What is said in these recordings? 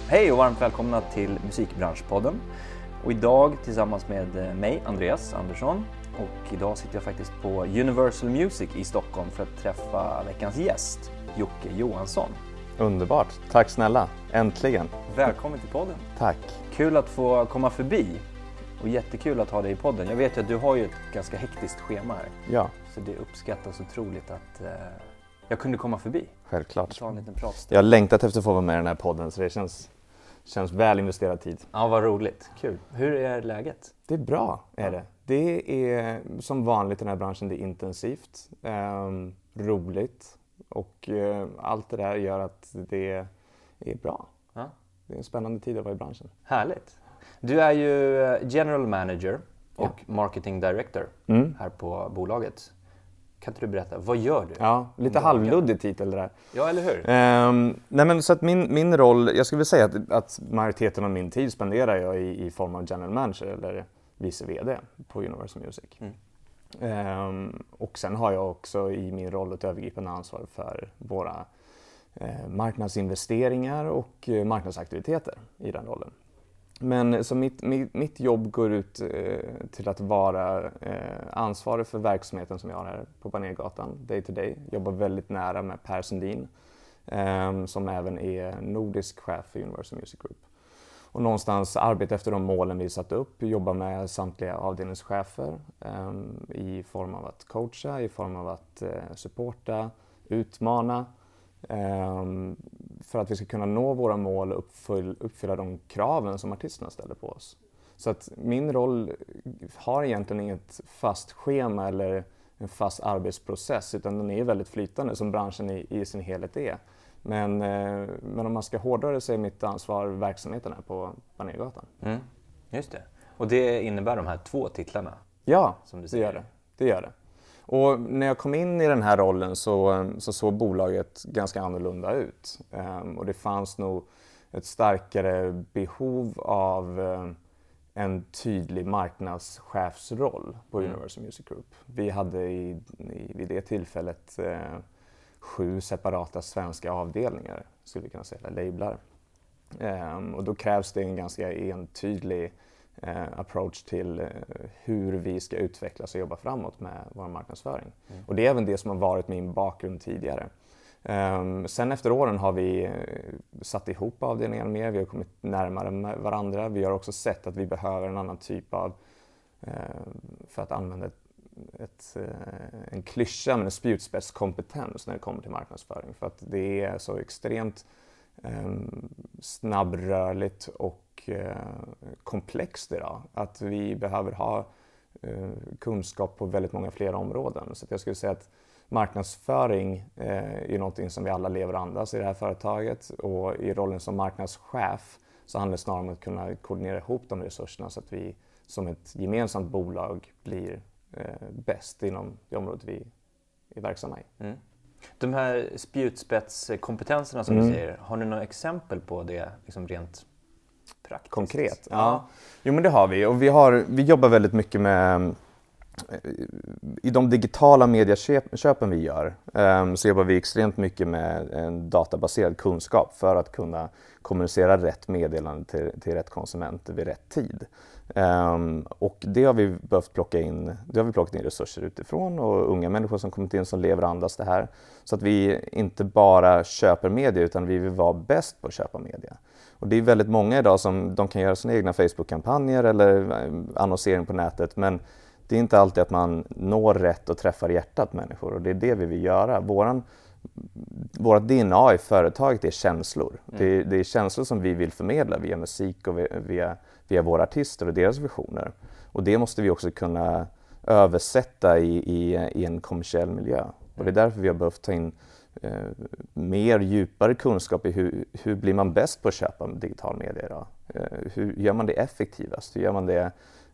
Hej och varmt välkomna till Musikbranschpodden. Och idag tillsammans med mig, Andreas Andersson. Och idag sitter jag faktiskt på Universal Music i Stockholm för att träffa veckans gäst, Jocke Johansson. Underbart, tack snälla, äntligen. Välkommen till podden. Tack. Kul att få komma förbi och jättekul att ha dig i podden. Jag vet ju att du har ju ett ganska hektiskt schema här. Ja. Så det uppskattas otroligt att jag kunde komma förbi. Självklart. Ta en liten pratstund. Jag har längtat efter att få vara med i den här podden så det känns väl investerad tid. Ja, vad roligt. Kul. Hur är läget? Det är bra, är det. Det är som vanligt i den här branschen, det är intensivt, roligt och allt det där gör att det är bra. Ja. Det är en spännande tid att vara i branschen. Härligt. Du är ju General Manager och Marketing Director här på bolaget. Kan inte du berätta, vad gör du? Ja, lite halvluddig titel det där. Ja, eller hur? Nej men så att min roll, jag skulle vilja säga att majoriteten av min tid spenderar jag i form av General Manager eller vice VD på Universal Music. Och sen har jag också i min roll ett övergripande ansvar för våra marknadsinvesteringar och marknadsaktiviteter i den rollen. Men så mitt jobb går ut till att vara ansvarig för verksamheten som jag har här på Banergatan, day to day. Jobbar väldigt nära med Per Sundin som även är nordisk chef för Universal Music Group. Och någonstans arbeta efter de målen vi satt upp, jobba med samtliga avdelningschefer i form av att coacha, i form av att supporta, utmana. För att vi ska kunna nå våra mål och uppfylla de kraven som artisterna ställer på oss. Så att min roll har egentligen inget fast schema eller en fast arbetsprocess utan den är väldigt flytande som branschen i sin helhet är. Men om man ska hårdare så är mitt ansvar verksamheten här på Banergatan. Just det. Och det innebär de här 2 titlarna? Ja, som du säger. Det gör det. Och när jag kom in i den här rollen så såg bolaget ganska annorlunda ut. Och det fanns nog ett starkare behov av en tydlig marknadschefsroll på Universal Music Group. Vi hade vid det tillfället 7 separata svenska avdelningar, skulle vi kunna säga, lablar. Och då krävs det en ganska entydig approach till hur vi ska utvecklas och jobba framåt med vår marknadsföring. Och det är även det som har varit min bakgrund tidigare. Sen efter åren har vi satt ihop avdelningarna mer, vi har kommit närmare varandra. Vi har också sett att vi behöver en annan typ av, för att använda en klyscha, men en spjutspetskompetens när det kommer till marknadsföring. För att det är så extremt snabbrörligt och komplext idag. Att vi behöver ha kunskap på väldigt många fler områden. Så att jag skulle säga att marknadsföring är någonting som vi alla lever och andas i det här företaget. Och i rollen som marknadschef så handlar det snarare om att kunna koordinera ihop de resurserna så att vi som ett gemensamt bolag blir bäst inom det området vi är verksamma i. De här spjutspetskompetenserna som du säger, har ni några exempel på det liksom rent praktiskt? Konkret? Ja. Jo men det har vi. Och vi jobbar väldigt mycket med, i de digitala medieköpen vi gör, så jobbar vi extremt mycket med en databaserad kunskap för att kunna kommunicera rätt meddelande till rätt konsument vid rätt tid. Och det har vi behövt plockat in resurser utifrån och unga människor som kommit in som lever och andas det här. Så att vi inte bara köper media utan vi vill vara bäst på att köpa media. Och det är väldigt många idag som de kan göra sina egna Facebook-kampanjer eller annonsering på nätet, men det är inte alltid att man når rätt och träffar hjärtat människor och det är det vi vill göra. Våra DNA i företaget är känslor. Det är känslor som vi vill förmedla via musik och via våra artister och deras visioner. Och det måste vi också kunna översätta i en kommersiell miljö. Och det är därför vi har behövt ta in mer djupare kunskap i hur blir man bäst på att köpa digital media idag? Hur gör man det effektivast? Hur gör man det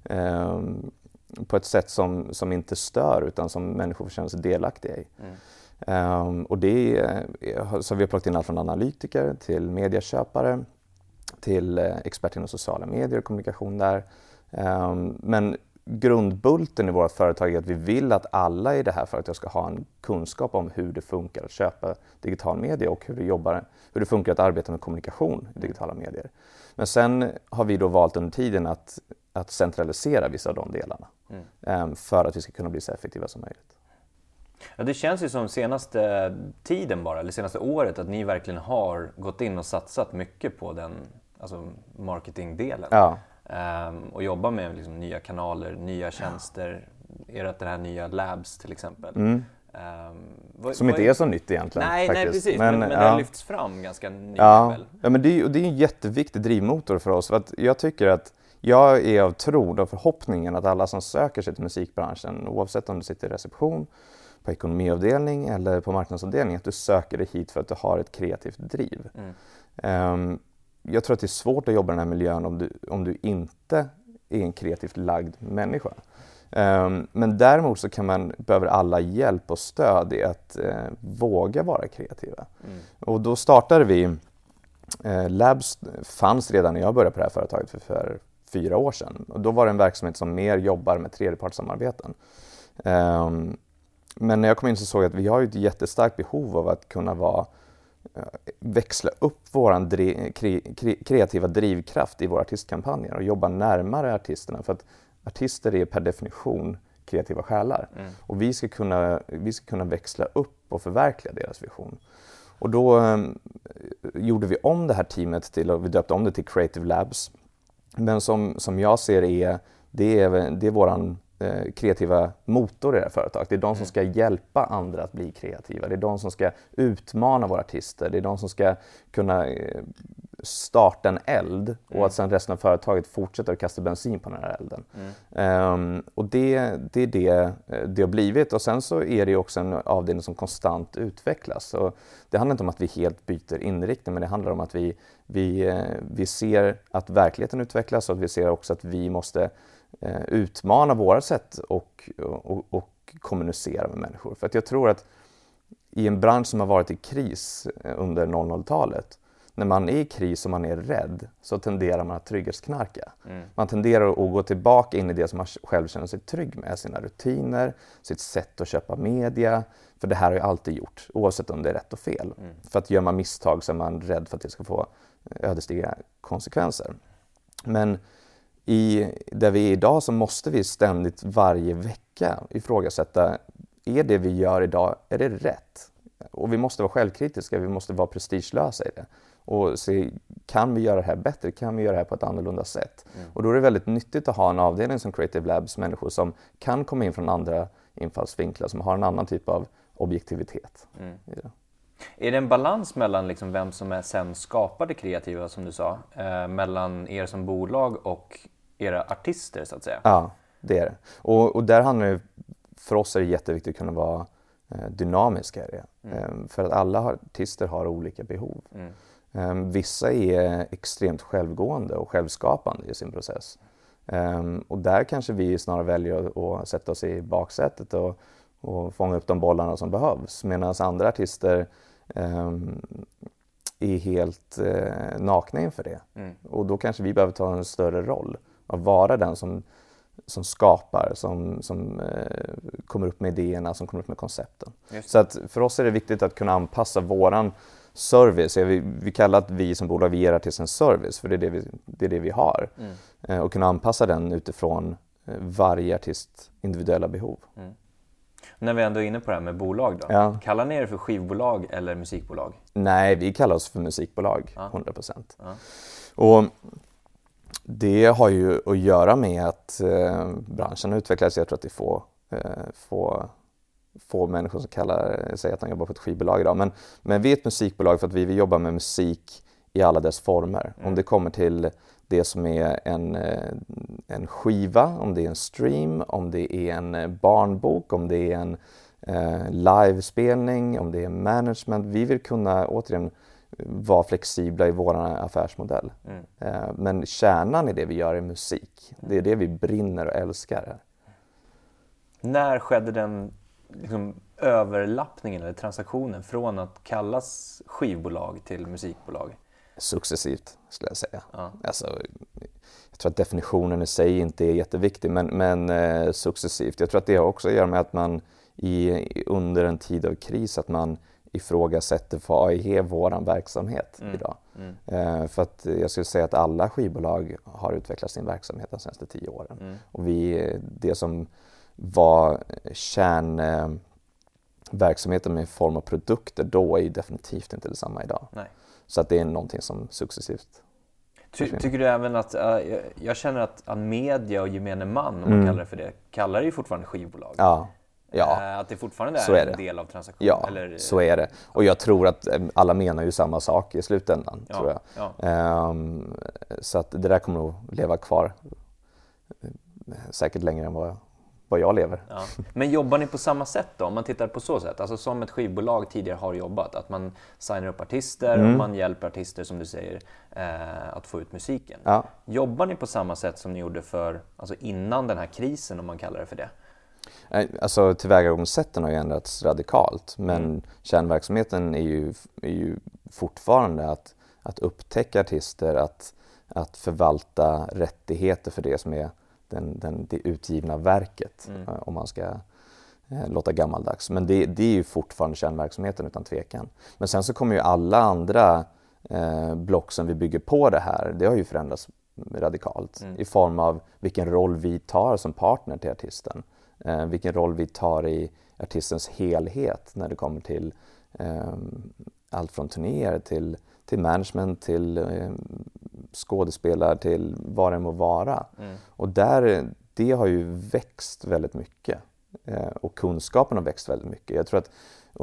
på ett sätt som inte stör utan som människor får känna sig delaktiga i? Och så vi har plockat in allt från analytiker till medieköpare till experter inom sociala medier och kommunikation där. Men grundbulten i vårt företag är att vi vill att alla i det här företaget ska ha en kunskap om hur det funkar att köpa digital media och hur det funkar att arbeta med kommunikation i digitala medier. Men sen har vi då valt under tiden att centralisera vissa av de delarna för att vi ska kunna bli så effektiva som möjligt. Ja, det känns ju som senaste tiden bara, eller senaste året, att ni verkligen har gått in och satsat mycket på den marketingdelen. Ja. Och jobbar med liksom nya kanaler, nya tjänster, det här nya labs till exempel. Som inte är så nytt egentligen. Nej, precis. Men det har lyfts fram ganska nyligen. Ja, men det är en jätteviktig drivmotor för oss. För att jag tycker att jag är av tron och förhoppningen att alla som söker sig till musikbranschen, oavsett om du sitter i reception, på ekonomiavdelning eller på marknadsavdelning, att du söker dig hit för att du har ett kreativt driv. Jag tror att det är svårt att jobba i den här miljön om du inte är en kreativt lagd människa. Men däremot så behöver alla hjälp och stöd i att våga vara kreativa. Och då startade vi, Labs fanns redan när jag började på det här företaget för 4 år sedan. Och då var det en verksamhet som mer jobbar med tredjepartssamarbeten. Men när jag kom in så såg jag att vi har ett jättestarkt behov av att kunna växla upp vår kreativa drivkraft i våra artistkampanjer och jobba närmare artisterna. För att artister är per definition kreativa själar. Och vi ska kunna växla upp och förverkliga deras vision. Och då gjorde vi om det här teamet vi döpte om det till Creative Labs. Men som jag ser det är våran kreativa motor i det här företaget. Det är de som ska hjälpa andra att bli kreativa. Det är de som ska utmana våra artister. Det är de som ska kunna starta en eld och att sen resten av företaget fortsätter att kasta bensin på den här elden. Och det är det har blivit. Och sen så är det också en avdelning som konstant utvecklas. Och det handlar inte om att vi helt byter inriktning, men det handlar om att vi ser att verkligheten utvecklas och att vi ser också att vi måste utmana våra sätt och kommunicera med människor. För att jag tror att i en bransch som har varit i kris under 00-talet, när man är i kris och man är rädd, så tenderar man att trygghetsknarka. Man tenderar att gå tillbaka in i det som man själv känner sig trygg med, sina rutiner, sitt sätt att köpa media. För det här har jag alltid gjort, oavsett om det är rätt och fel. För att gör man misstag så är man rädd för att det ska få ödesdigra konsekvenser. Men där vi är idag så måste vi ständigt varje vecka ifrågasätta, är det vi gör idag, är det rätt? Och vi måste vara självkritiska, vi måste vara prestigelösa i det. Och se, kan vi göra det här bättre? Kan vi göra det här på ett annorlunda sätt? Och då är det väldigt nyttigt att ha en avdelning som Creative Labs, människor som kan komma in från andra infallsvinklar, som har en annan typ av objektivitet. Ja. Är det en balans mellan liksom vem som är sen skapar det kreativa, som du sa, mellan er som bolag och era artister så att säga? Ja, det är det. Och där handlar det, för oss är det jätteviktigt att kunna vara dynamiska i det. För att alla artister har olika behov. Vissa är extremt självgående och självskapande i sin process. Och där kanske vi snarare väljer att sätta oss i baksätet och fånga upp de bollarna som behövs. Medan andra artister är helt nakna inför det. Och då kanske vi behöver ta en större roll. Att vara den som skapar, som kommer upp med idéerna, som kommer upp med koncepten. Så att för oss är det viktigt att kunna anpassa våran service. Vi kallar att vi som bolag ger till en service, för det är det vi har. Och kunna anpassa den utifrån varje artists individuella behov. När vi ändå är inne på det här med bolag då. Ja. Kallar ni er för skivbolag eller musikbolag? Nej, vi kallar oss för musikbolag, 100%. Och det har ju att göra med att branschen utvecklas. Jag tror att det är få människor som säger att de jobbar på ett skivbolag idag. Men vi är ett musikbolag för att vi vill jobba med musik i alla dess former. Om det kommer till det som är en skiva, om det är en stream, om det är en barnbok, om det är en livespelning, om det är management. Vi vill kunna återigen vara flexibla i vår affärsmodell. Men kärnan i det vi gör är musik. Det är det vi brinner och älskar. När skedde den liksom överlappningen eller transaktionen från att kallas skivbolag till musikbolag? Successivt skulle jag säga. Alltså, jag tror att definitionen i sig inte är jätteviktig, men successivt. Jag tror att det också gör med att man under en tid av kris att man ifrågasätter för AIG våran verksamhet idag. För att jag skulle säga att alla skivbolag har utvecklat sin verksamhet de senaste 10 åren. Och det som var kärnverksamheten med form av produkter då är ju definitivt inte detsamma idag. Nej. Så att det är någonting som successivt Tycker du även att, jag känner att media och gemene man, om man kallar det för det, kallar det ju fortfarande skivbolag. Ja. Att det fortfarande är en del av transaktionen. Ja, eller... så är det. Och jag tror att alla menar ju samma sak i slutändan, tror jag. Ja. Så att det där kommer nog leva kvar säkert längre än vad jag lever. Ja. Men jobbar ni på samma sätt då? Om man tittar på så sätt, alltså som ett skivbolag tidigare har jobbat, att man signar upp artister och man hjälper artister, som du säger, att få ut musiken. Ja. Jobbar ni på samma sätt som ni gjorde alltså innan den här krisen, om man kallar det för det? Alltså tillvägagångssätten har ju ändrats radikalt, men kärnverksamheten är ju fortfarande att upptäcka artister, att förvalta rättigheter för det som är det utgivna verket, om man ska låta gammaldags. Men det är ju fortfarande kärnverksamheten utan tvekan. Men sen så kommer ju alla andra block som vi bygger på det här, det har ju förändrats radikalt i form av vilken roll vi tar som partner till artisten. Vilken roll vi tar i artistens helhet när det kommer till allt från turnéer till management, till skådespelare, till vad det må vara. Och det har ju växt väldigt mycket. Och kunskapen har växt väldigt mycket. Jag tror att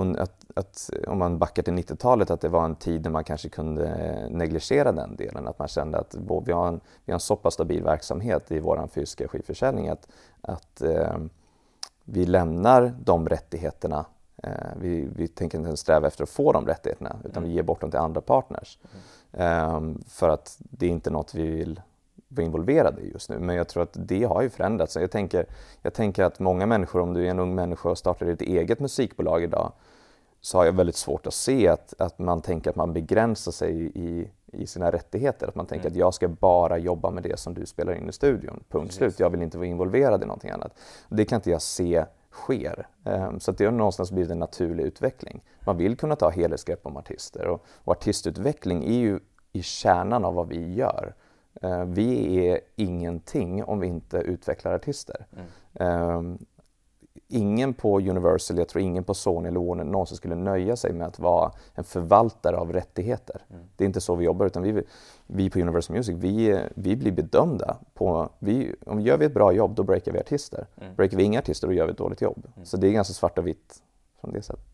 om man backar till 90-talet, att det var en tid när man kanske kunde negligera den delen. Att man kände att vi har en så pass stabil verksamhet i vår fysiska skivförsäljning att vi lämnar de rättigheterna. Vi tänker inte sträva efter att få de rättigheterna, utan vi ger bort dem till andra partners. För att det är inte något vi vill vara involverade i just nu. Men jag tror att det har ju förändrats. Jag tänker att många människor, om du är en ung människa och startar ditt eget musikbolag idag, så har jag väldigt svårt att se att man tänker att man begränsar sig i sina rättigheter. Att man tänker att jag ska bara jobba med det som du spelar in i studion. Punkt slut. Jag vill inte vara involverad i någonting annat. Det kan inte jag se sker. Så att det har någonstans blivit en naturlig utveckling. Man vill kunna ta helhetsgrepp om artister. Och artistutveckling är ju i kärnan av vad vi gör. Vi är ingenting om vi inte utvecklar artister. Ingen på Universal, jag tror ingen på Sony eller Warner någonsin skulle nöja sig med att vara en förvaltare av rättigheter. Det är inte så vi jobbar, utan vi på Universal Music, vi blir bedömda på, om gör vi ett bra jobb, då breakar vi artister. Breakar vi inga artister, då gör vi ett dåligt jobb. Så det är ganska svart och vitt från det sättet.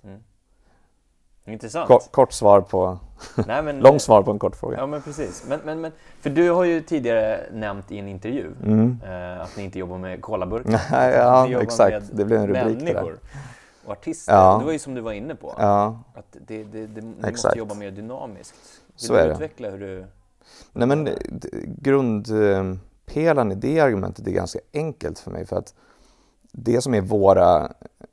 Intressant. Kort svar på lång svar på en kort fråga. Ja, men precis. Men för du har ju tidigare nämnt i en intervju att ni inte jobbar med kolaburkar. Ja, exakt. Det blev en rubrik människor för det. Och artister. Ja. Det var ju som du var inne på. Ja. Att ni måste jobba mer dynamiskt. Vill du utveckla hur du... Nej, men grundpelaren i det argumentet är ganska enkelt för mig. För att det som är våra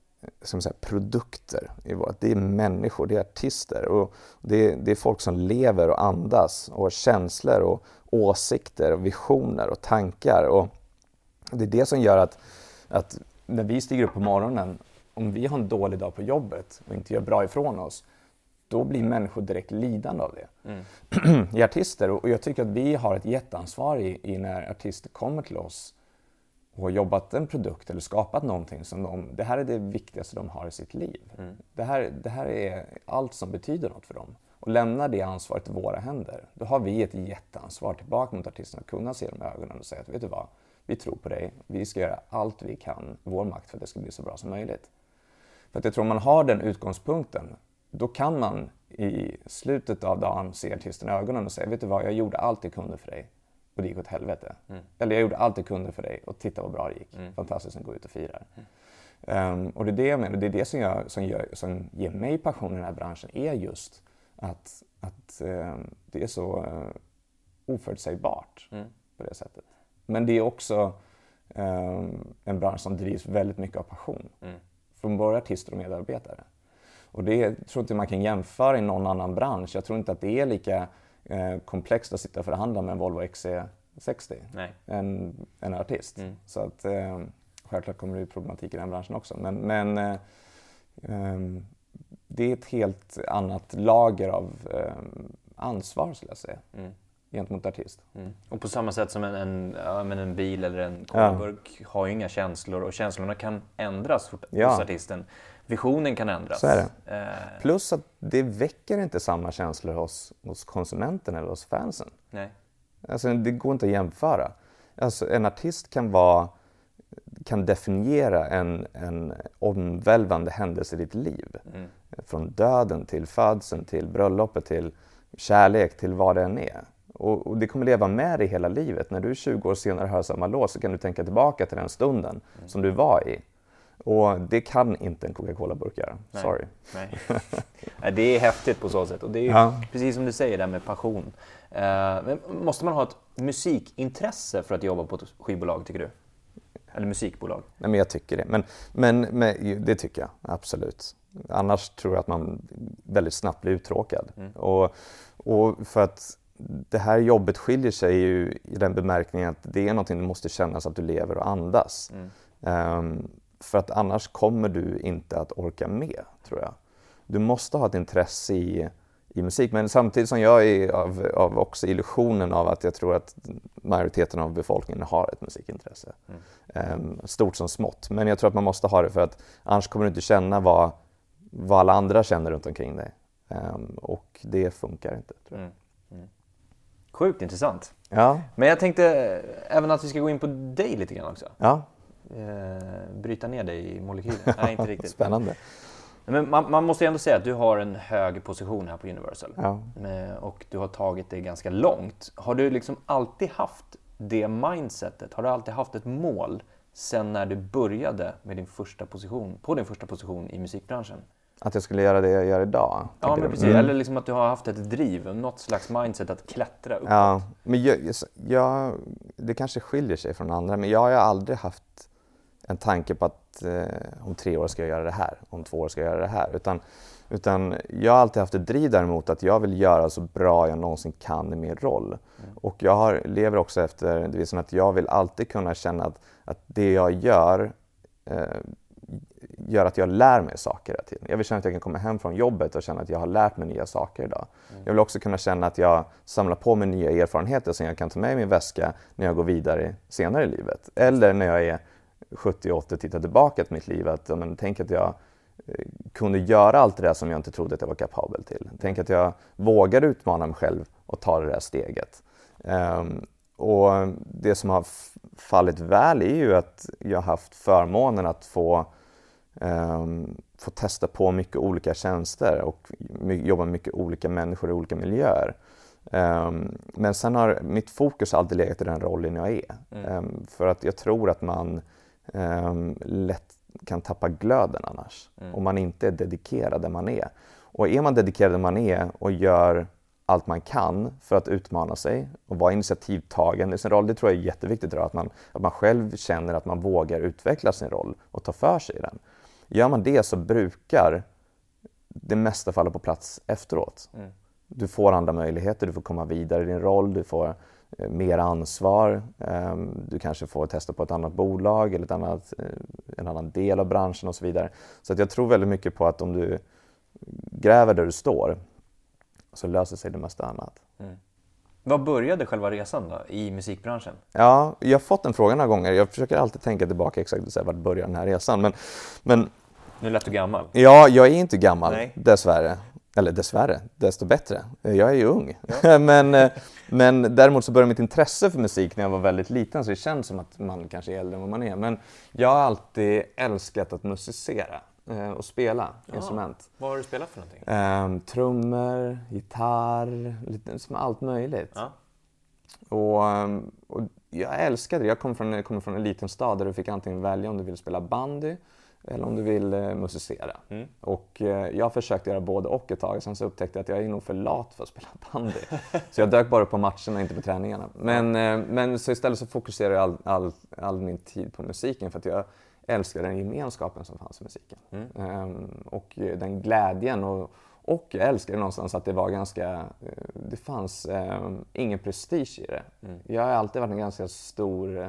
produkter, det är människor, det är artister. Och det är folk som lever och andas och har känslor och åsikter och visioner och tankar. Och det är det som gör att när vi stiger upp på morgonen, om vi har en dålig dag på jobbet och inte gör bra ifrån oss, då blir människor direkt lidande av det. I artister, och jag tycker att vi har ett jätteansvar i när artister kommer till oss och har jobbat en produkt eller skapat någonting som det här är det viktigaste de har i sitt liv. Det här är allt som betyder något för dem. Och lämnar det ansvaret i våra händer, då har vi ett jätteansvar tillbaka mot artisterna att kunna se dem i ögonen och säga att vet du vad, vi tror på dig, vi ska göra allt vi kan, vår makt, för att det ska bli så bra som möjligt. För att jag tror om man har den utgångspunkten, då kan man i slutet av dagen se artisten i ögonen och säga vet du vad, jag gjorde allt jag kunde för dig. Och det gick åt helvete. Eller jag gjorde allt jag kunde för dig och titta vad bra det gick. Fantastiskt att gå ut och fira. Och det är det jag menar. Det är det som ger mig passion i den här branschen, är just att det är så oförutsägbart på det sättet. Men det är också en bransch som drivs väldigt mycket av passion. Från våra artister och medarbetare. Och det tror inte man kan jämföra i någon annan bransch. Jag tror inte att det är lika komplext att sitta och förhandla med en Volvo XC 60 Nej. än en artist. Så att självklart kommer det ju problematik i den branschen också. Men det är ett helt annat lager av ansvar, skulle jag säga, gentemot artist. Och på samma sätt som en bil eller en kolaburk har ju inga känslor, och känslorna kan ändras hos artisten. Visionen kan ändras. Så är det. Plus att det väcker inte samma känslor hos konsumenten eller hos fansen. Nej. Alltså, det går inte att jämföra. Alltså, en artist kan definiera en omvälvande händelse i ditt liv. Från döden till födseln, till bröllopet, till kärlek, till vad det än är. Och det kommer leva med dig hela livet. När du är 20 år senare hör samma låt så kan du tänka tillbaka till den stunden som du var i. Och det kan inte en Coca-Cola-burk göra. Nej. Sorry. Nej. Det är häftigt på så sätt. Och det är ju precis som du säger där med passion. Men måste man ha ett musikintresse för att jobba på ett skivbolag, tycker du? Eller musikbolag? Nej, men jag tycker det. Men det tycker jag, absolut. Annars tror jag att man väldigt snabbt blir uttråkad. Och för att det här jobbet skiljer sig ju i den bemärkningen att det är någonting du måste känna så att du lever och andas. För att annars kommer du inte att orka med, tror jag. Du måste ha ett intresse i musik, men samtidigt som jag är av också illusionen av att jag tror att majoriteten av befolkningen har ett musikintresse. Stort som smått. Men jag tror att man måste ha det, för att annars kommer du inte känna vad alla andra känner runt omkring dig. Och det funkar inte, tror jag. Sjukt intressant. Ja. Men jag tänkte även att vi ska gå in på dig lite grann också. Ja. Bryta ner dig i molekyler. Nej, inte riktigt. Spännande. Men man måste ju ändå säga att du har en hög position här på Universal. Ja. Och du har tagit det ganska långt. Har du liksom alltid haft det mindsetet? Har du alltid haft ett mål sen när du började med din första position i musikbranschen? Att jag skulle göra det jag gör idag? Ja, men precis. Eller liksom att du har haft ett driv, något slags mindset att klättra uppåt. Ja, men det kanske skiljer sig från andra, men jag har aldrig haft en tanke på att om 3 år ska jag göra det här, om 2 år ska jag göra det här. Utan jag har alltid haft ett driv däremot att jag vill göra så bra jag någonsin kan i min roll. Och jag lever också efter devisen att jag vill alltid kunna känna att det jag gör att jag lär mig saker hela tiden. Jag vill känna att jag kan komma hem från jobbet och känna att jag har lärt mig nya saker idag. Jag vill också kunna känna att jag samlar på mig nya erfarenheter som jag kan ta med i min väska när jag går vidare senare i livet. Eller när jag är 70-80 och tittar tillbaka till mitt liv. Tänk att jag kunde göra allt det där som jag inte trodde att jag var kapabel till. Tänk att jag vågade utmana mig själv och ta det där steget. Och det som har fallit väl är ju att jag har haft förmånen att få testa på mycket olika tjänster och jobba med mycket olika människor i olika miljöer. Men sen har mitt fokus alltid legat i den rollen jag är. För att jag tror att man lätt kan tappa glöden annars. Om man inte är dedikerad där man är. Och är man dedikerad där man är och gör allt man kan för att utmana sig och vara initiativtagande i sin roll. Det tror jag är jätteviktigt idag, att man själv känner att man vågar utveckla sin roll och ta för sig i den. Gör man det så brukar det mesta falla på plats efteråt. Du får andra möjligheter, du får komma vidare i din roll, du får mer ansvar, du kanske får testa på ett annat bolag eller en annan del av branschen och så vidare. Så att jag tror väldigt mycket på att om du gräver där du står så löser sig det mesta annat. Vad började själva resan då i musikbranschen? Ja, jag har fått den frågan några gånger. Jag försöker alltid tänka tillbaka exakt och säga vart började den här resan. Men nu lät du gammal. Ja, jag är inte gammal, Nej. dessvärre. Eller dessvärre, desto bättre. Jag är ju ung. Ja. men däremot så började mitt intresse för musik när jag var väldigt liten, så det känns som att man kanske är äldre än vad man är. Men jag har alltid älskat att musicera och spela instrument. Vad har du spelat för någonting? Trummor, gitarr, lite som allt möjligt. Ja. Och jag älskade det. Jag kommer från en liten stad där du fick antingen välja om du ville spela bandy eller om du vill musicera. Och jag försökte göra både och ett tag. Sen så upptäckte jag att jag är nog för lat för att spela bandy. Så jag dök bara på matcherna, inte på träningarna. Men så istället så fokuserade jag all min tid på musiken för att jag älskar den gemenskapen som fanns i musiken. Och den glädjen och Och jag älskade någonstans att det var det fanns ingen prestige i det. Jag har alltid varit en ganska stor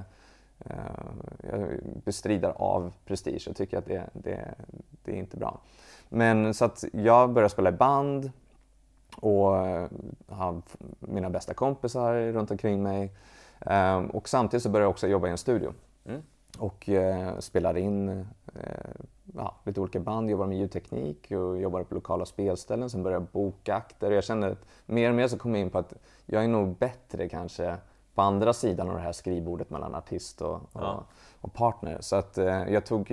bestridare av prestige och tycker att det är inte bra. Men så att jag började spela i band och ha mina bästa kompisar runt omkring mig. Och samtidigt så började jag också jobba i en studio. Och spelade in lite olika band, jobbade med ljudteknik och jobbade på lokala spelställen. Sen började jag boka akter och jag kände att mer och mer så kom jag in på att jag är nog bättre kanske på andra sidan av det här skrivbordet mellan artist och partner. Så att jag tog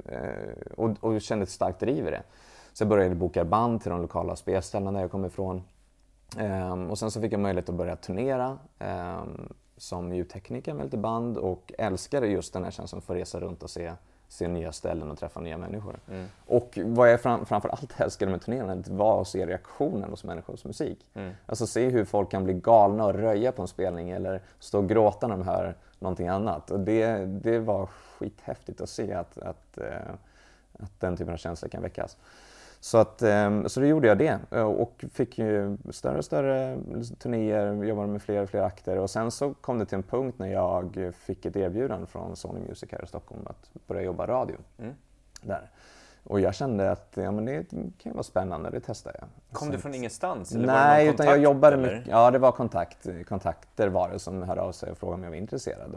och kände ett starkt driv i det. Så jag började boka band till de lokala spelställena där jag kom ifrån. Och sen så fick jag möjlighet att börja turnera som ljudtekniker med lite band och älskade just den här känslan att få resa runt och se nya ställen och träffa nya människor. Och vad jag framförallt älskade med turnerandet var att se reaktionen hos människors musik. Alltså se hur folk kan bli galna och röja på en spelning eller stå och gråta när de hör någonting annat. Och det var skithäftigt att se att den typen av känslor kan väckas. Så då gjorde jag det och fick ju större och större turnéer, jobbade med fler och fler akter och sen så kom det till en punkt när jag fick ett erbjudande från Sony Music här i Stockholm att börja jobba radio där. Och jag kände att men det kan vara spännande, det testar jag. Kom du från ingenstans? Eller Nej, var det någon utan jag jobbade eller? mycket. Ja, det var kontakter var det som hörde av sig och frågade om jag var intresserad.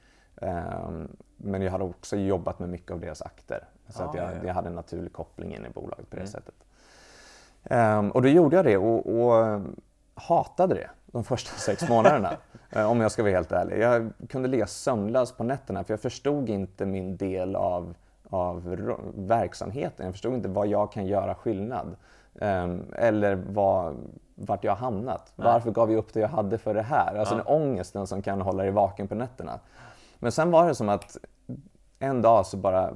Men jag hade också jobbat med mycket av deras akter. Så att jag hade en naturlig koppling in i bolaget på det sättet. Och då gjorde jag det och hatade det de första 6 månaderna. Om jag ska vara helt ärlig. Jag kunde läsa sömnlöst på nätterna för jag förstod inte min del av verksamheten. Jag förstod inte vad jag kan göra skillnad. Eller vart jag har hamnat. Varför gav jag upp det jag hade för det här? Alltså den ångesten som kan hålla dig vaken på nätterna. Men sen var det som att en dag så bara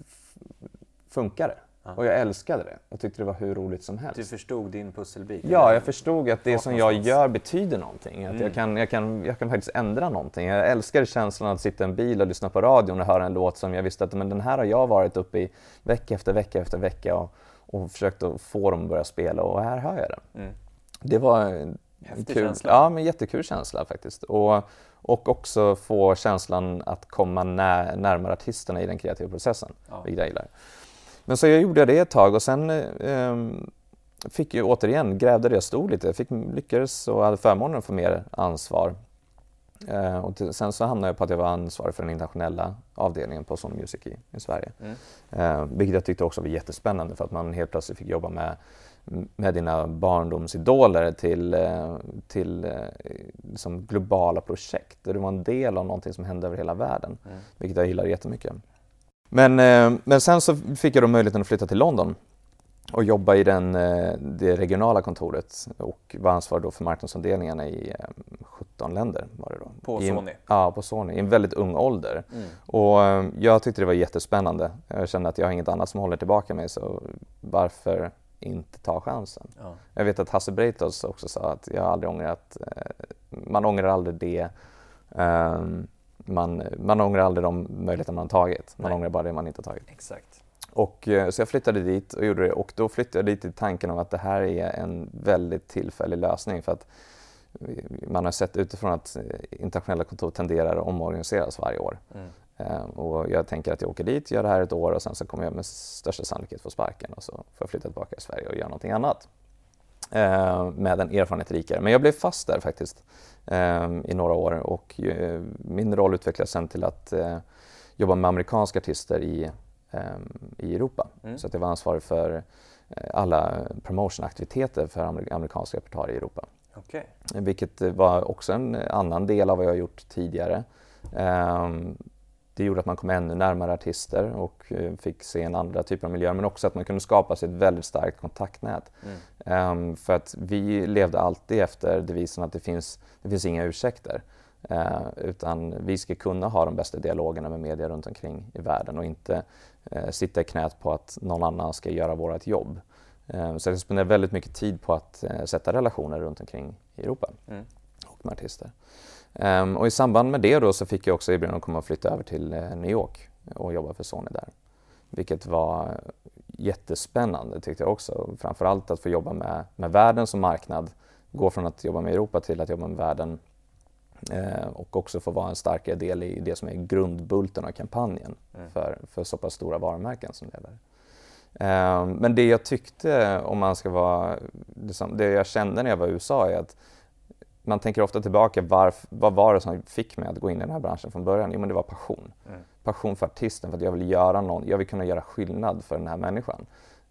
funkade det. Och jag älskade det och tyckte det var hur roligt som helst. Du förstod din pusselbit? Ja, jag förstod att det som jag gör betyder någonting. Att jag kan faktiskt ändra någonting. Jag älskar känslan att sitta i en bil och lyssna på radion och höra en låt som jag visste att den här har jag varit uppe i vecka efter vecka efter vecka och försökt att få dem att börja spela och här hör jag den. Det var en kul känsla. Ja, men jättekul känsla faktiskt. Och också få känslan att komma närmare artisterna i den kreativa processen, vilket jag gillar. Men så jag gjorde det ett tag och sen fick jag återigen, grävde det stod lite. Jag lyckades och hade förmånen att få mer ansvar. Och sen så hamnade jag på att jag var ansvarig för den internationella avdelningen på Sony Music i Sverige. Vilket jag tyckte också var jättespännande för att man helt plötsligt fick jobba med dina barndomsidoler till liksom globala projekt. Det var en del av någonting som hände över hela världen, vilket jag gillade jättemycket. Men sen så fick jag då möjligheten att flytta till London och jobba i det regionala kontoret och var ansvarig då för marknadsavdelningarna i 17 länder var det då. På Sony? Ja, på Sony, i en väldigt ung ålder. Och jag tyckte det var jättespännande. Jag kände att jag har inget annat som håller tillbaka mig, så varför inte ta chansen? Jag vet att Hasse Breitholtz också sa att jag aldrig ångrat, man ångrar aldrig det. Man ångrar aldrig de möjligheter man har tagit. Man ångrar bara det man inte har tagit. Exakt. Och så jag flyttade dit och gjorde det. Och då flyttade jag dit i tanken om att det här är en väldigt tillfällig lösning. För att man har sett utifrån att internationella kontor tenderar att omorganiseras varje år. Och jag tänker att jag åker dit, gör det här ett år och sen så kommer jag med största sannolikhet få sparken. Och så får jag flytta tillbaka i Sverige och göra någonting annat. Med en erfarenhet rikare. Men jag blev fast där faktiskt i några år och min roll utvecklades sen till att jobba med amerikanska artister i Europa. Så att jag var ansvarig för alla promotionaktiviteter för amerikanska repertoar i Europa. Okay. Vilket var också en annan del av vad jag har gjort tidigare. Det gjorde att man kom ännu närmare artister och fick se en andra typ av miljö, men också att man kunde skapa sig ett väldigt starkt kontaktnät. För att vi levde alltid efter devisen att det finns inga ursäkter. Utan vi ska kunna ha de bästa dialogerna med media runt omkring i världen och inte sitta i knät på att någon annan ska göra vårt jobb. Så jag spenderar väldigt mycket tid på att sätta relationer runt omkring i Europa och med artister. Och i samband med det då så fick jag också erbjudande att komma och flytta över till New York och jobba för Sony där. Vilket var jättespännande tyckte jag också. Framförallt att få jobba med världen som marknad. Gå från att jobba med Europa till att jobba med världen. Och också få vara en starkare del i det som är grundbulten av kampanjen för så pass stora varumärken som det är. Men det jag tyckte, om man ska vara, liksom, det jag kände när jag var i USA är att man tänker ofta tillbaka, vad var det som fick mig att gå in i den här branschen från början? Jo, men det var passion. Passion för artisten, för att jag vill göra jag vill kunna göra skillnad för den här människan.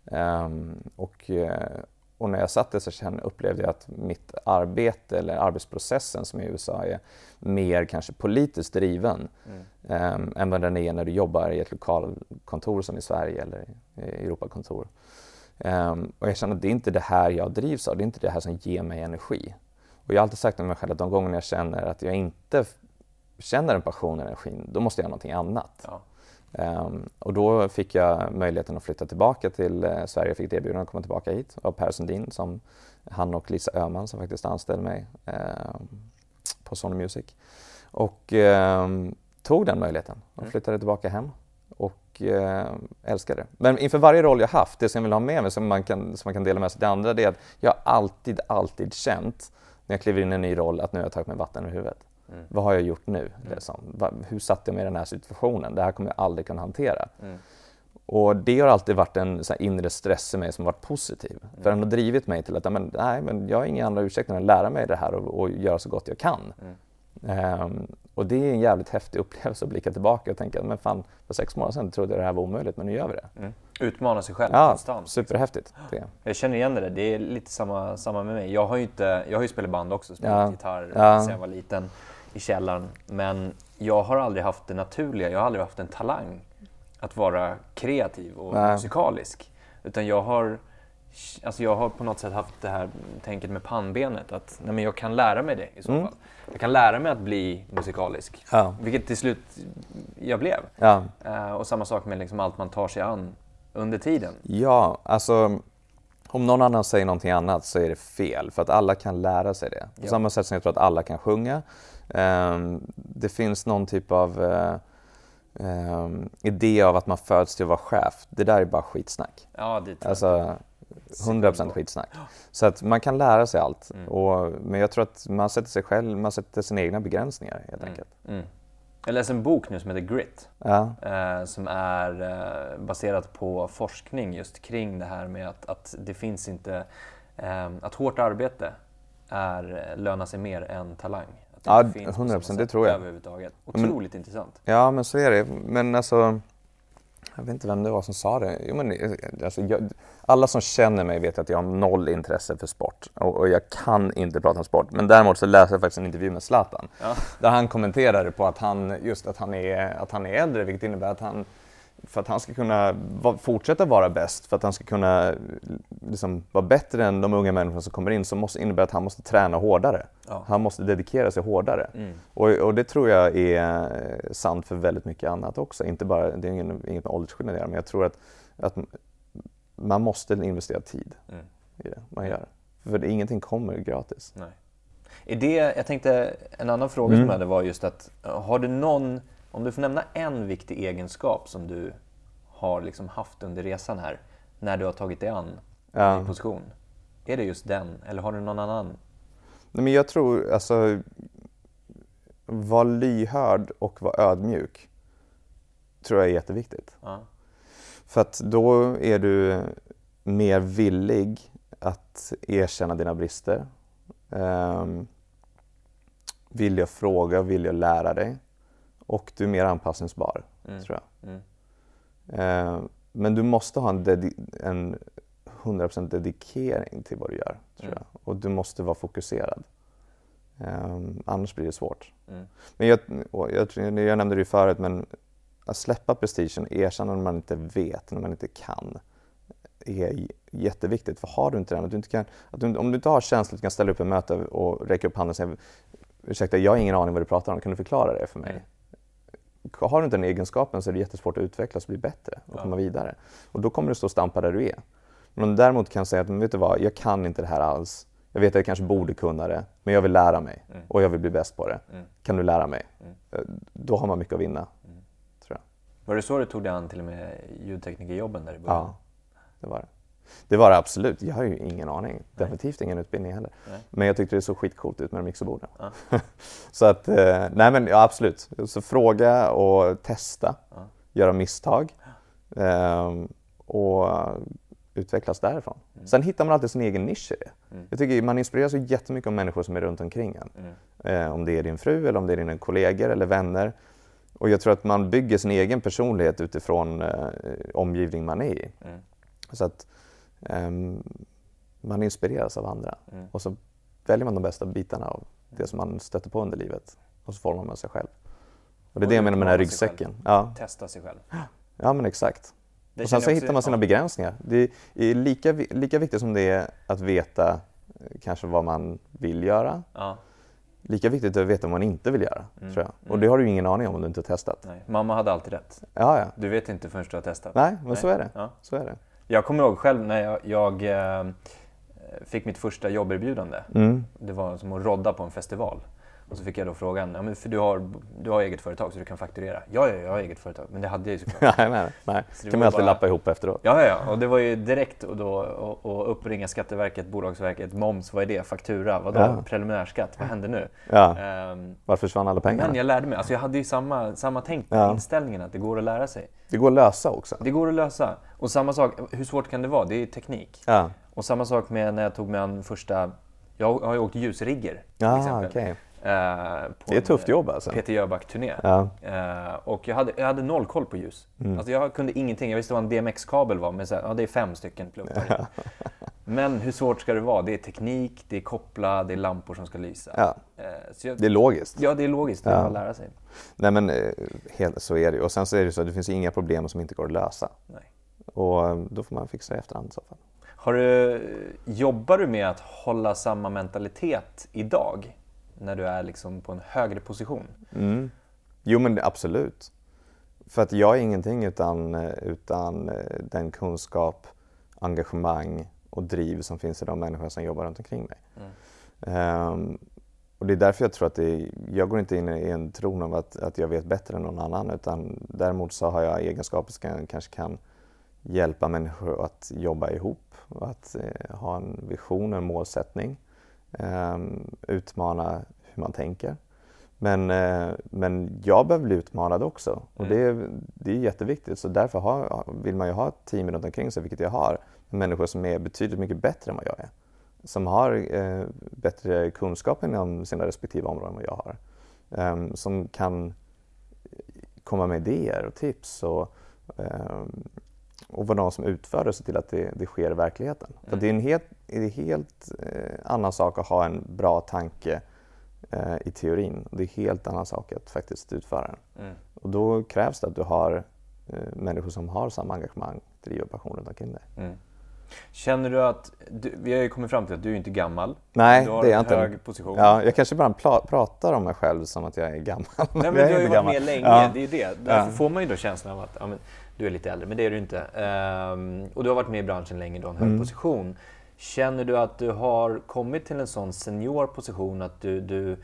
Och när jag satt där så upplevde jag att mitt arbete eller arbetsprocessen som i USA är mer kanske politiskt driven än vad den är när du jobbar i ett lokalkontor som i Sverige eller i Europakontor. Och jag känner att det är inte det här jag drivs av, det är inte det här som ger mig energi. Och jag har alltid sagt till mig själv att de gånger jag känner att jag inte känner en passion och energin, då måste jag göra någonting annat. Ja. Och då fick jag möjligheten att flytta tillbaka till Sverige. Jag fick ett erbjudande att komma tillbaka hit av Per Sundin, som han och Lisa Öhman som faktiskt anställde mig på Sony Music. Och tog den möjligheten och flyttade tillbaka hem och älskade det. Men inför varje roll jag haft, det som jag vill ha med mig som man kan dela med sig till andra, det är att jag alltid känt när jag kliver in i en ny roll att nu har jag tagit mig vatten över huvudet. Vad har jag gjort nu? Hur satt jag med i den här situationen? Det här kommer jag aldrig kunna hantera. Och det har alltid varit en så här inre stress i mig som varit positiv. För den har drivit mig till att men jag har inga andra ursäkter än att lära mig det här och göra så gott jag kan. Och det är en jävligt häftig upplevelse att blicka tillbaka och tänka men fan, för 6 månader sedan trodde jag det här var omöjligt, men nu gör vi det. Utmana sig själv konstant. Superhäftigt. Jag känner igen det. Det är lite samma med mig. Jag har ju spelat band också, spelat gitarr sedan jag var liten i källaren. Men jag har aldrig haft det naturliga. Jag har aldrig haft en talang att vara kreativ och musikalisk. Utan jag har på något sätt haft det här tänket med pannbenet. Att men jag kan lära mig det i så fall. Jag kan lära mig att bli musikalisk. Vilket till slut jag blev. Och samma sak med liksom allt man tar sig an under tiden. Ja, alltså om någon annan säger någonting annat så är det fel. För att alla kan lära sig det. På samma sätt som jag tror att alla kan sjunga. Det finns någon typ av idé av att man föds till att vara chef. Det där är bara skitsnack. Ja, det alltså 100% skitsnack. Så att man kan lära sig allt. Men jag tror att man sätter sina egna begränsningar helt enkelt. Jag läser en bok nu som heter Grit. Som är baserat på forskning just kring det här med att det finns inte... att hårt arbete lönar sig mer än talang. Att det 100%, det tror jag. Överhuvudtaget. Otroligt intressant. Ja, men så är det. Men alltså... Jag vet inte vem det var som sa det. Jo, men, alltså, alla som känner mig vet att jag har 0 intresse för sport. Och jag kan inte prata om sport. Men däremot så läste jag faktiskt en intervju med Zlatan. Där han kommenterade på att han är äldre. Vilket innebär att för att han ska kunna fortsätta vara bäst, för att han ska kunna liksom, vara bättre än de unga människorna som kommer in, så måste innebära att han måste träna hårdare. Han måste dedikera sig hårdare. Och det tror jag är sant för väldigt mycket annat också. Inte bara, det är inget med åldersskillnad, men jag tror att man måste investera tid i det man gör. För ingenting kommer gratis. Nej. Jag tänkte, en annan fråga som jag hade var just att, har du någon... Om du får nämna en viktig egenskap som du har liksom haft under resan här, när du har tagit dig an din position. Är det just den, eller har du någon annan? Nej, men jag tror, alltså, vara lyhörd och vara ödmjuk tror jag är jätteviktigt. För att då är du mer villig att erkänna dina brister. Vill jag fråga, vill jag lära dig. Och du är mer anpassningsbar, tror jag. Men du måste ha en 100% dedikering till vad du gör, tror jag. Och du måste vara fokuserad. Annars blir det svårt. Men jag nämnde det ju förut, men att släppa prestigen, erkänna när man inte vet, när man inte kan, är jätteviktigt. För har du inte den, om du inte har känslan att du kan ställa upp ett möte och räcka upp handen och säga, ursäkta, jag har ingen aning vad du pratar om, kan du förklara det för mig? Har du inte den egenskapen så är det jättesvårt att utvecklas och bli bättre och komma vidare. Och då kommer du stå och stampa där du är. Men om du däremot kan säga att, vet du vad, jag kan inte det här alls. Jag vet att jag kanske borde kunna det, men jag vill lära mig och jag vill bli bäst på det. Kan du lära mig? Då har man mycket att vinna, tror jag. Var det så du tog dig an till och med ljudteknikerjobben där i början? det var det. Det var det absolut. Jag har ju ingen aning. Definitivt ingen utbildning heller. Nej. Men jag tyckte det såg skitcoolt ut med de mixerborden. Ja. Så att, nej men ja, absolut. Så fråga och testa. Ja. Göra misstag. Och utvecklas därifrån. Sen hittar man alltid sin egen nisch i det. Jag tycker man inspireras så jättemycket av människor som är runt omkring en. Om det är din fru eller om det är dina kollegor eller vänner. Och jag tror att man bygger sin egen personlighet utifrån omgivning man är i. Så att man inspireras av andra. Och så väljer man de bästa bitarna av det som man stöter på under livet. Och så formar man sig själv. Och det är det jag menar med den här ryggsäcken. Ja. Testa sig själv. Ja, men exakt. Och sen så hittar man sina begränsningar. Det är lika viktigt som det är att veta kanske vad man vill göra. Ja. Lika viktigt att veta vad man inte vill göra, tror jag. Och det har du ju ingen aning om du inte har testat. Nej. Mamma hade alltid rätt. Ja. Du vet inte förrän du har testat. Nej, men så är det. Ja. Så är det. Jag kommer ihåg själv när jag fick mitt första jobberbjudande. Det var som att rodda på en festival. Och så fick jag då frågan, ja, men för du har eget företag så du kan fakturera. Ja, jag har eget företag, men det hade jag ju såklart. nej. Så kan man alltid lappa ihop efteråt. Ja, och det var ju direkt och uppringa Skatteverket, Bolagsverket, moms, vad är det? Faktura, vadå? Ja. Preliminärskatt, vad händer nu? Ja. Varför försvann alla pengarna? Men jag lärde mig, alltså jag hade ju samma tänk på inställningen att det går att lära sig. Det går att lösa också. Det går att lösa. Och samma sak, hur svårt kan det vara? Det är teknik. Ja. Och samma sak med när jag tog mig an första, jag har ju åkt ljusrigger till exempel. Okay. Det är ett tufft jobb alltså. Peter Jöback-turné. Ja. Och jag hade noll koll på ljus. Alltså jag kunde ingenting. Jag visste vad en DMX-kabel var, men det är 5 stycken pluggar. Men hur svårt ska det vara? Det är teknik, det är koppla, det är lampor som ska lysa. Ja. Det är logiskt. Ja, det är logiskt. Det är bara att lära sig. Nej, men så är det. Och sen så är det så att det finns inga problem som inte går att lösa. Nej. Och då får man fixa det i efterhand i så fall. Jobbar du med att hålla samma mentalitet idag? När du är liksom på en högre position? Jo, men absolut. För att jag är ingenting utan den kunskap, engagemang och driv som finns i de människor som jobbar runt omkring mig. Och det är därför jag tror att jag går inte in i en tron av att jag vet bättre än någon annan, utan däremot så har jag egenskaper som kanske kan hjälpa människor att jobba ihop, att ha en vision, en målsättning. Utmana hur man tänker. Men jag behöver bli utmanad också. Och det är jätteviktigt. Så därför vill man ju ha ett team runt omkring sig, vilket jag har. Människor som är betydligt mycket bättre än vad jag är. Som har bättre kunskap inom sina respektive områden än vad jag har. Som kan komma med idéer och tips och vara de som utför det, så till att det sker i verkligheten. För det är en helt annan sak att ha en bra tanke i teorin. Det är helt annan sak att faktiskt utföra den. Och då krävs det att du har människor som har samma engagemang, driv och passion runt omkring dig. Känner du att, vi har ju kommit fram till att du är inte gammal. Nej, du har det är jag en inte. Hög position. Ja, jag kanske bara pratar om mig själv som att jag är gammal. Nej, men du har ju varit med länge, det är det. Därför får man ju då känslan av att du är lite äldre, men det är du inte. Och du har varit med i branschen länge, du har en hög position. Känner du att du har kommit till en sån senior position att du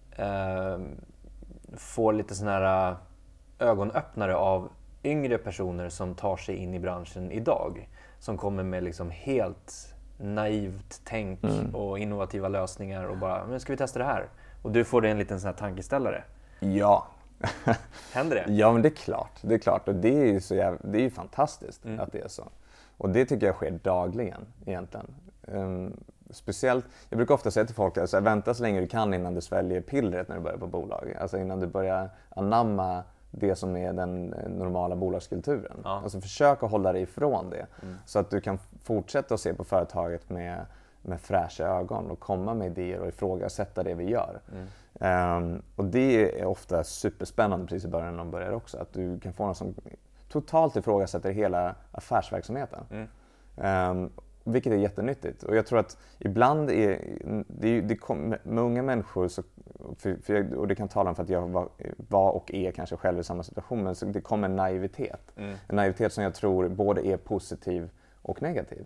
får lite sån här ögonöppnare av yngre personer som tar sig in i branschen idag? Som kommer med liksom helt naivt tänk och innovativa lösningar och bara, men ska vi testa det här? Och du får en liten sån här tankeställare. Ja. Händer det? Ja, men det är klart. Och det är ju fantastiskt att det är så. Och det tycker jag sker dagligen egentligen. Speciellt, jag brukar ofta säga till folk att vänta så länge du kan innan du sväljer pillret när du börjar på bolag. Alltså innan du börjar anamma det som är den normala bolagskulturen. Ja. Alltså försök att hålla dig ifrån det. Så att du kan fortsätta att se på företaget med fräscha ögon och komma med idéer och ifrågasätta det vi gör. Och det är ofta superspännande precis i början när de börjar också. Att du kan få någon som totalt ifrågasätter hela affärsverksamheten. Vilket är jättenyttigt. Och jag tror att ibland med unga människor, och det kan tala om för att jag var och är kanske själv i samma situation, men så det kommer en naivitet. En naivitet som jag tror både är positiv och negativ.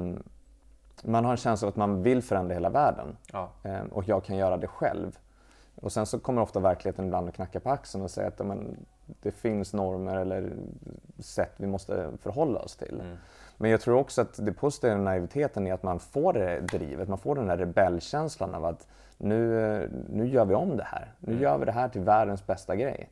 Man har en känsla av att man vill förändra hela världen. Ja. Och jag kan göra det själv. Och sen så kommer ofta verkligheten ibland att knacka på axeln och säga att det finns normer eller sätt vi måste förhålla oss till. Men jag tror också att det positiva naiviteten är att man får det drivet, man får den här rebellkänslan av att nu gör vi om det här. Nu gör vi det här till världens bästa grej.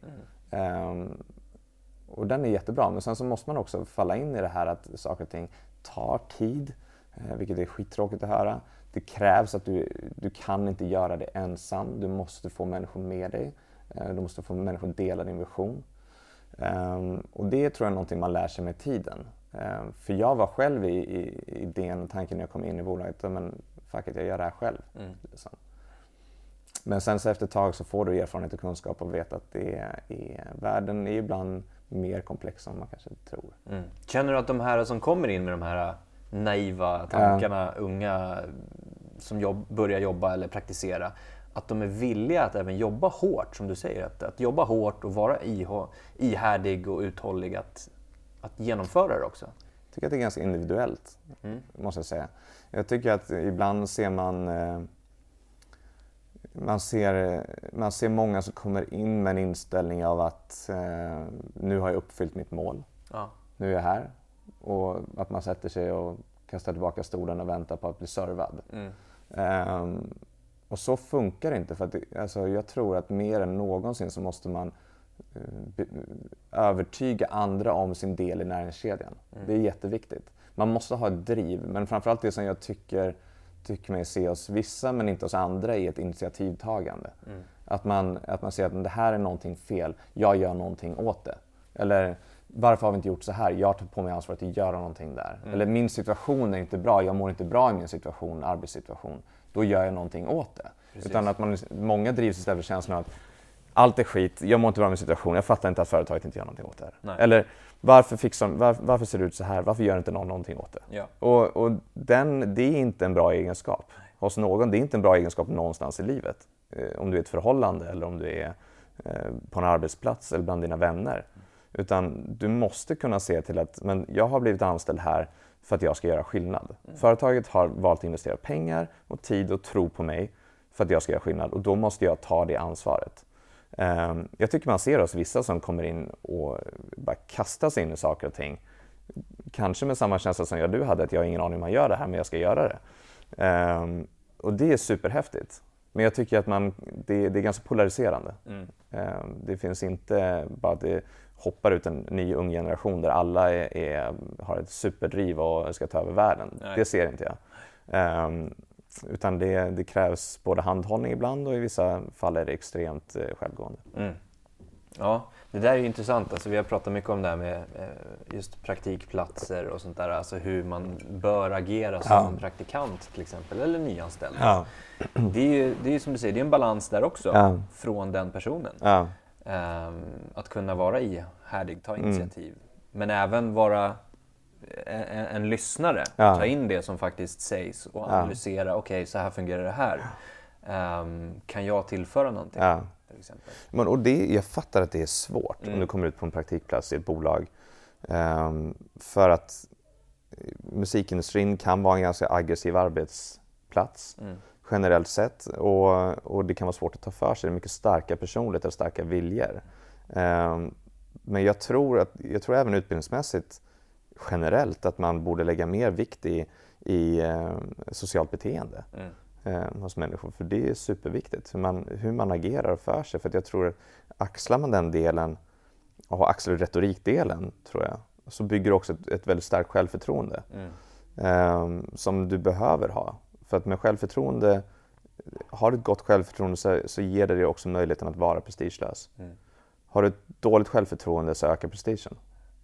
Och den är jättebra, men sen så måste man också falla in i det här att saker och ting tar tid, vilket är skittråkigt att höra. Det krävs att du kan inte göra det ensam, du måste få människor med dig, du måste få människor att dela din vision. Och det tror jag är någonting man lär sig med tiden. För jag var själv i idén och tanken när jag kom in i bolaget, men fuck it, jag gör det här själv. Liksom. Men sen så efter ett tag så får du erfarenhet och kunskap och vet att världen är ibland mer komplex än man kanske tror. Känner du att de här som kommer in med de här naiva tankarna, unga som börjar jobba eller praktisera, att de är villiga att även jobba hårt, som du säger, att jobba hårt och vara ihärdig och uthållig att genomföra det också? Jag tycker att det är ganska individuellt, måste jag säga. Jag tycker att ibland ser man ser många som kommer in med en inställning av att nu har jag uppfyllt mitt mål. Ja. Nu är jag här. Och att man sätter sig och kastar tillbaka stolen och väntar på att bli servad. Och så funkar det inte. För att jag tror att mer än någonsin så måste man övertyga andra om sin del i näringskedjan. Det är jätteviktigt. Man måste ha ett driv. Men framförallt det som jag tycker mig se hos vissa men inte hos andra är ett initiativtagande. Att man ser att det här är någonting fel, jag gör någonting åt det. Eller varför har vi inte gjort så här? Jag tar på mig ansvaret att göra någonting där. Eller min situation är inte bra, jag mår inte bra i min situation, arbetssituation. Då gör jag någonting åt det. Precis. Utan att många drivs istället för känslan av att allt är skit, jag mår inte bra i min situation, jag fattar inte att företaget inte gör någonting åt det här. Nej. Eller varför ser det ut så här, varför gör inte någon någonting åt det? Ja. Och det är inte en bra egenskap hos någon, det är inte en bra egenskap någonstans i livet. Om du är i ett förhållande eller om du är på en arbetsplats eller bland dina vänner. Utan du måste kunna se till att jag har blivit anställd här för att jag ska göra skillnad. Företaget har valt att investera pengar och tid och tro på mig för att jag ska göra skillnad. Och då måste jag ta det ansvaret. Jag tycker man ser oss vissa som kommer in och bara kastar sig in i saker och ting. Kanske med samma känsla som du hade, att jag har ingen aning om man gör det här, men jag ska göra det. Och det är superhäftigt. Men jag tycker att det är ganska polariserande. Det finns inte bara att det hoppar ut en ny ung generation där alla har ett superdriv och ska ta över världen. Nej. Det ser inte jag. Utan det krävs både handhållning ibland och i vissa fall är det extremt självgående. Ja, det där är ju intressant. Alltså, vi har pratat mycket om det här med just praktikplatser och sånt där. Alltså hur man bör agera som praktikant till exempel, eller nyanställd. Ja. Det är ju som du säger, det är en balans där också från den personen. Ja. Att kunna vara ihärdig, ta initiativ. Men även vara en lyssnare, ta in det som faktiskt sägs och analysera, okej, så här fungerar det här. Kan jag tillföra någonting? Till exempel. Jag fattar att det är svårt om du kommer ut på en praktikplats i ett bolag. För att musikindustrin kan vara en ganska aggressiv arbetsplats generellt sett. Och det kan vara svårt att ta för sig. Det är mycket starka personligheter och starka viljor. Men jag tror även utbildningsmässigt generellt att man borde lägga mer vikt i socialt beteende hos människor. För det är superviktigt hur man agerar för sig. För att jag tror att axlar man den delen och axlar retorikdelen, tror jag, så bygger det också ett väldigt starkt självförtroende som du behöver ha. För att med självförtroende, har du ett gott självförtroende så ger det dig också möjligheten att vara prestigelös. Har du ett dåligt självförtroende så ökar prestigen.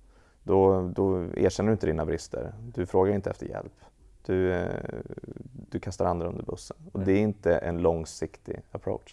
Då erkänner du inte dina brister. Du frågar inte efter hjälp. Du kastar andra under bussen. Och det är inte en långsiktig approach.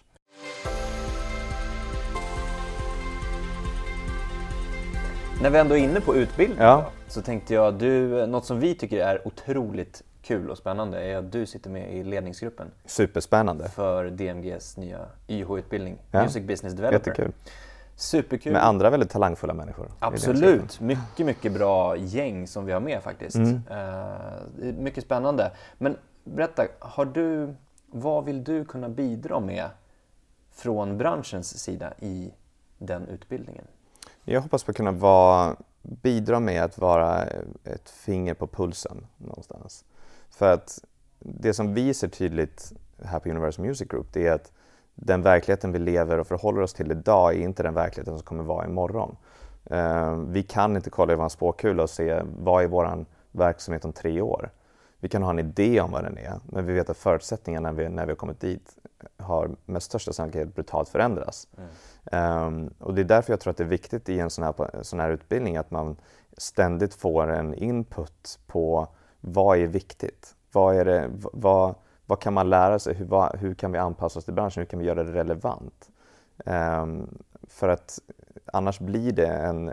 När vi ändå är inne på utbildning så tänkte jag, något som vi tycker är otroligt kul och spännande är att du sitter med i ledningsgruppen. Superspännande. För DMGs nya YH-utbildning, Music Business Developer. Jättekul. Superkul. Med andra väldigt talangfulla människor. Absolut. Mycket bra gäng som vi har med faktiskt. Mycket spännande. Men berätta, vad vill du kunna bidra med från branschens sida i den utbildningen? Jag hoppas på att kunna bidra med att vara ett finger på pulsen någonstans. För att det som vi ser tydligt här på Universal Music Group, det är att den verkligheten vi lever och förhåller oss till idag är inte den verkligheten som kommer vara imorgon. Vi kan inte kolla i vår spåkula och se vad är vår verksamhet om 3 år. Vi kan ha en idé om vad den är, men vi vet att förutsättningarna när vi har kommit dit har med största sannolikhet brutalt förändras. Och det är därför jag tror att det är viktigt i en sån här utbildning att man ständigt får en input på vad är viktigt. Vad kan man lära sig? Hur kan vi anpassa oss till branschen? Hur kan vi göra det relevant? För att annars blir det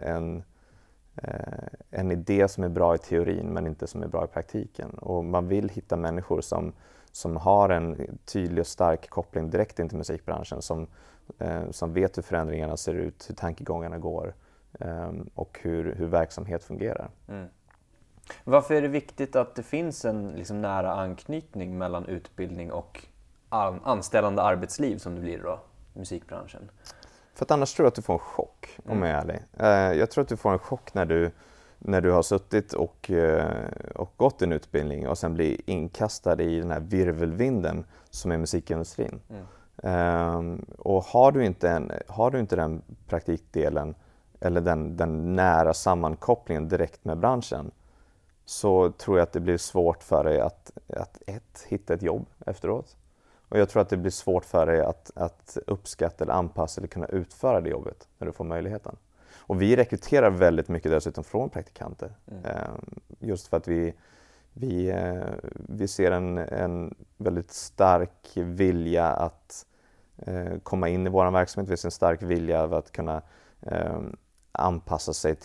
en idé som är bra i teorin men inte som är bra i praktiken. Och man vill hitta människor som har en tydlig och stark koppling direkt in till musikbranschen, som vet hur förändringarna ser ut, hur tankegångarna går och hur verksamhet fungerar. Varför är det viktigt att det finns en liksom nära anknytning mellan utbildning och anställande arbetsliv som det blir då, musikbranschen? För att annars tror jag att du får en chock, om jag är ärlig. Jag tror att du får en chock när du har suttit och gått en utbildning och sen blir inkastad i den här virvelvinden som är musikindustrin. Och har du inte den praktikdelen eller den nära sammankopplingen direkt med branschen, så tror jag att det blir svårt för dig att hitta ett jobb efteråt. Och jag tror att det blir svårt för dig att uppskatta eller anpassa eller kunna utföra det jobbet när du får möjligheten. Och vi rekryterar väldigt mycket dessutom från praktikanter. Just för att vi ser en väldigt stark vilja att komma in i vår verksamhet. Vi ser en stark vilja av att kunna anpassa sig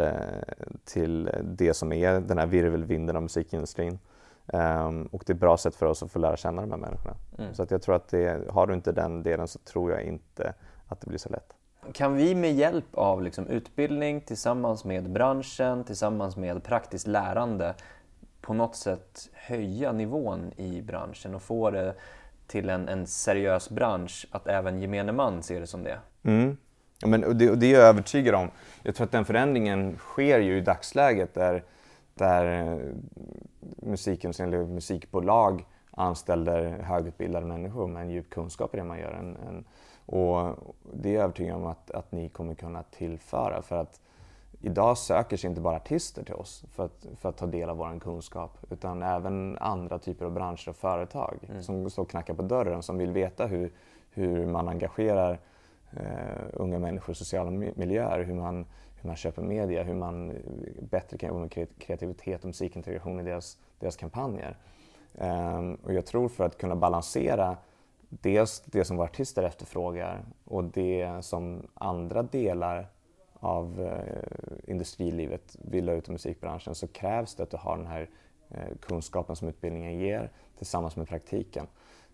till det som är den här virvelvinden av musikindustrin. Och det är ett bra sätt för oss att få lära känna de här människorna. Så att jag tror att har du inte den delen så tror jag inte att det blir så lätt. Kan vi med hjälp av liksom utbildning tillsammans med branschen, tillsammans med praktiskt lärande på något sätt höja nivån i branschen och få det till en seriös bransch att även gemene man ser det som det? Ja, men det är jag övertygad om. Jag tror att den förändringen sker ju i dagsläget där musikindustrin eller musikbolag anställer högutbildade människor med en djup kunskap i det man gör. Och det är jag övertygad om att ni kommer kunna tillföra. För att idag söker sig inte bara artister till oss för att ta del av vår kunskap, utan även andra typer av branscher och företag som står och knackar på dörren, som vill veta hur man engagerar unga människor i sociala miljöer, hur man köper media, hur man bättre kan jobba med kreativitet och musikintegration i deras kampanjer. Och jag tror för att kunna balansera dels det som våra artister efterfrågar och det som andra delar av industrilivet vill ha ut i musikbranschen, så krävs det att du har den här kunskapen som utbildningen ger tillsammans med praktiken.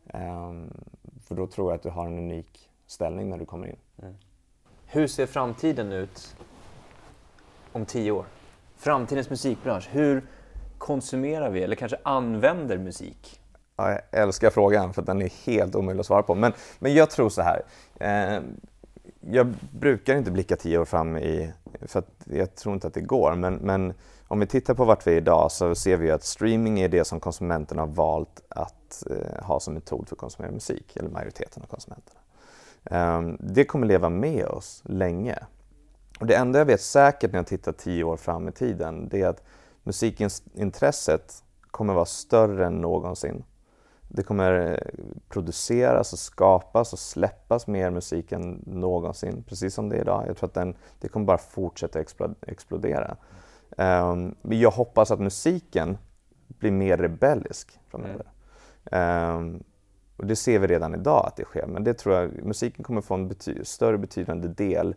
För då tror jag att du har en unik ställning när du kommer in. Hur ser framtiden ut om 10 år? Framtidens musikbransch, hur konsumerar vi eller kanske använder musik? Ja, jag älskar frågan för att den är helt omöjlig att svara på. Men jag tror så här. Jag brukar inte blicka 10 år fram för att jag tror inte att det går. Men om vi tittar på vart vi är idag så ser vi att streaming är det som konsumenterna har valt att ha som metod för att konsumera musik. Eller majoriteten av konsumenterna. Det kommer leva med oss länge. Och det enda jag vet säkert när jag tittar 10 år fram i tiden, det är att musikens intresset kommer vara större än någonsin. Det kommer produceras och skapas och släppas mer musik än någonsin, precis som det är idag. Jag tror att det kommer bara fortsätta explodera. Men jag hoppas att musiken blir mer rebellisk framöver. Och det ser vi redan idag att det sker, men det tror jag musiken kommer få en större betydande del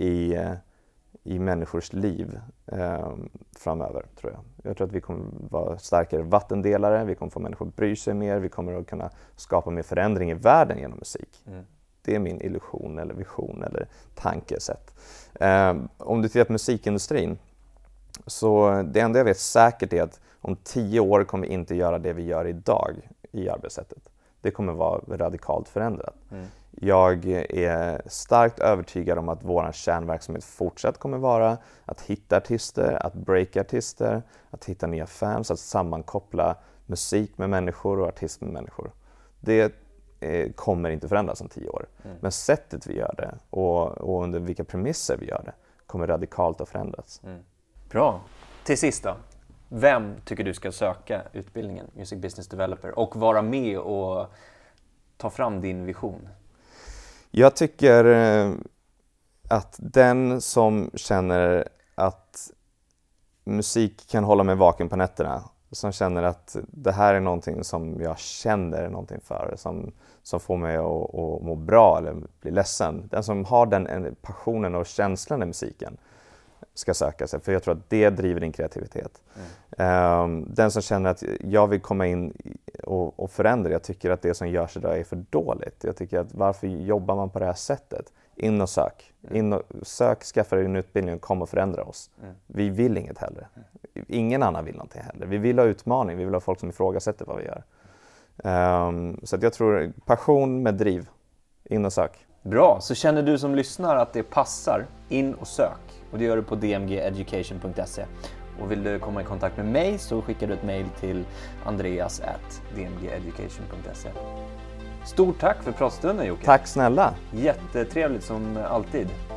i människors liv framöver, tror jag. Jag tror att vi kommer vara starkare vattendelare, vi kommer få människor att bry sig mer, vi kommer att kunna skapa mer förändring i världen genom musik. Det är min illusion eller vision eller tankesätt. Om du tittar på musikindustrin, så det enda jag vet säkert är att om 10 år kommer vi inte göra det vi gör idag i arbetssättet. Det kommer vara radikalt förändrat. Jag är starkt övertygad om att vår kärnverksamhet fortsatt kommer vara att hitta artister, att breaka artister, att hitta nya fans, att sammankoppla musik med människor och artist med människor. Det kommer inte förändras om 10 år. Men sättet vi gör det och under vilka premisser vi gör det kommer radikalt att förändras. Bra. Till sist då. Vem tycker du ska söka utbildningen Music Business Developer och vara med och ta fram din vision? Jag tycker att den som känner att musik kan hålla mig vaken på nätterna, som känner att det här är någonting som jag känner någonting för, som får mig att må bra eller bli ledsen. Den som har den passionen och känslan i musiken ska söka sig, för jag tror att det driver din kreativitet. Den som känner att jag vill komma in och förändra, jag tycker att det som görs idag är för dåligt. Jag tycker att varför jobbar man på det här sättet? In och sök. Sök, skaffa dig en utbildning och kom och förändra oss. Vi vill inget heller. Ingen annan vill någonting heller. Vi vill ha utmaning, vi vill ha folk som ifrågasätter vad vi gör. Så att jag tror passion med driv. In och sök. Bra, så känner du som lyssnar att det passar, in och sök. Och det gör du på dmgeducation.se. Och vill du komma i kontakt med mig så skickar du ett mejl till andreas@dmgeducation.se. Stort tack för pratstunden, Jocke. Tack snälla. Jättetrevligt som alltid.